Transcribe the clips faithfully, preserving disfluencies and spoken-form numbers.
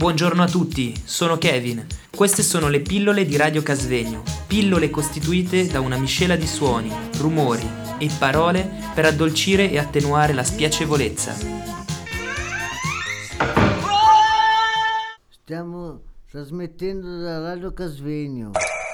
Buongiorno a tutti, sono Kevin. Queste sono le pillole di Radio Casvegno, pillole costituite da una miscela di suoni, rumori e parole per addolcire e attenuare la spiacevolezza. Stiamo trasmettendo da Radio Casvegno.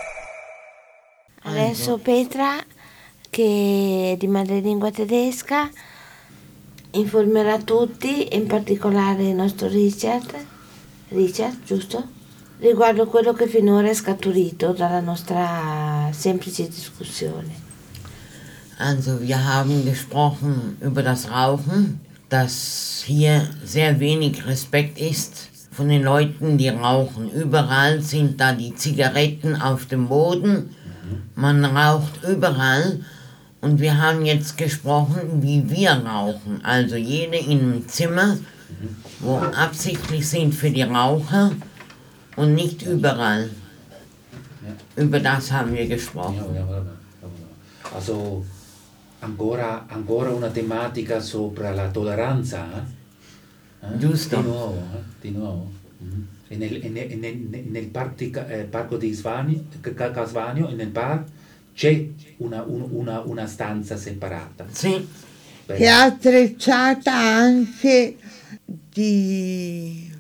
Adesso Petra, che è di madrelingua tedesca, informerà tutti, in particolare il nostro Richard, Richard, giusto? Riguardo quello che finora è scaturito dalla nostra semplice discussione. Also wir haben gesprochen über das Rauchen, dass hier sehr wenig Respekt ist von den Leuten, die rauchen. Überall sind da die Zigaretten auf dem Boden, man raucht überall. Und wir haben jetzt gesprochen, wie wir rauchen. Also jede in einem Zimmer, wo absichtlich sind für die Raucher und nicht überall. Über das haben wir gesprochen. Also ancora, ancora una tematica sopra la tolleranza. Eh? Giusto. Di nuovo, eh? Di nuovo. Mm-hmm. E nel, e nel, nel, nel parti, eh, parco di Svani, Casvanio e nel bar c'è una, un, una, una stanza separata. Sì. Che è attrezzata anche di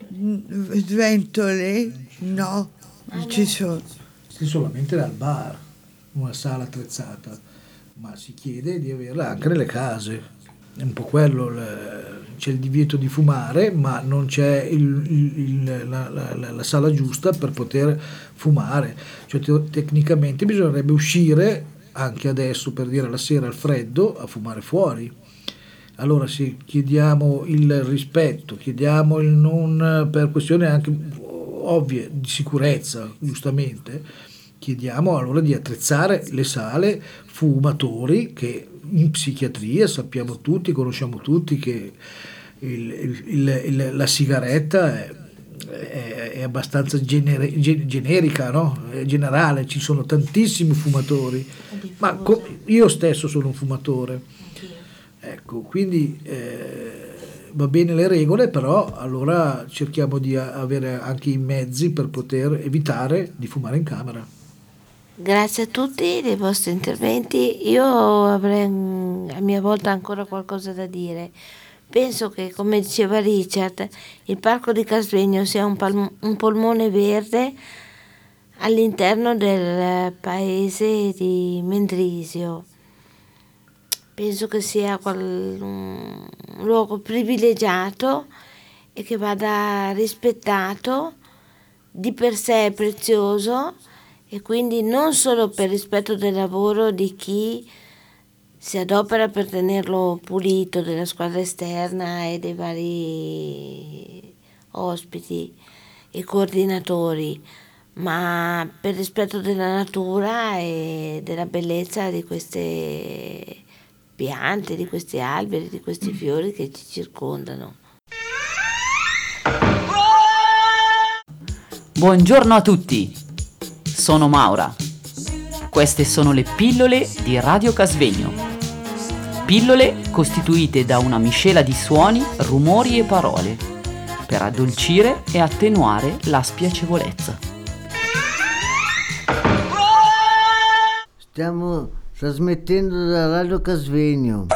sventole? No, non ci sono. Solamente dal bar, una sala attrezzata, ma si chiede di averla anche nelle case. È un po' quello, c'è il divieto di fumare, ma non c'è il, il, il, la, la, la sala giusta per poter fumare. Cioè te, tecnicamente bisognerebbe uscire anche adesso, per dire la sera al freddo, a fumare fuori. Allora se chiediamo il rispetto, chiediamo il non, per questioni anche ovvie di sicurezza, giustamente, chiediamo allora di attrezzare le sale fumatori, che in psichiatria sappiamo tutti, conosciamo tutti che il, il, il, la sigaretta è, è, è abbastanza genere, generica, no? È generale, ci sono tantissimi fumatori, ma co- io stesso sono un fumatore, ecco, quindi eh, va bene le regole, però allora cerchiamo di avere anche i mezzi per poter evitare di fumare in camera. Grazie a tutti dei vostri interventi. Io avrei a mia volta ancora qualcosa da dire. Penso che, come diceva Richard, il parco di Casvegno sia un, pal- un polmone verde all'interno del paese di Mendrisio. Penso che sia qual- un luogo privilegiato e che vada rispettato, di per sé è prezioso, e quindi non solo per rispetto del lavoro di chi si adopera per tenerlo pulito, della squadra esterna e dei vari ospiti e coordinatori, ma per rispetto della natura e della bellezza di queste piante, di questi alberi, di questi fiori che ci circondano. Buongiorno a tutti, sono Maura. Queste sono le pillole di Radio Casvegno. Pillole costituite da una miscela di suoni, rumori e parole per addolcire e attenuare la spiacevolezza. Stiamo trasmettendo da Radio Casvegno.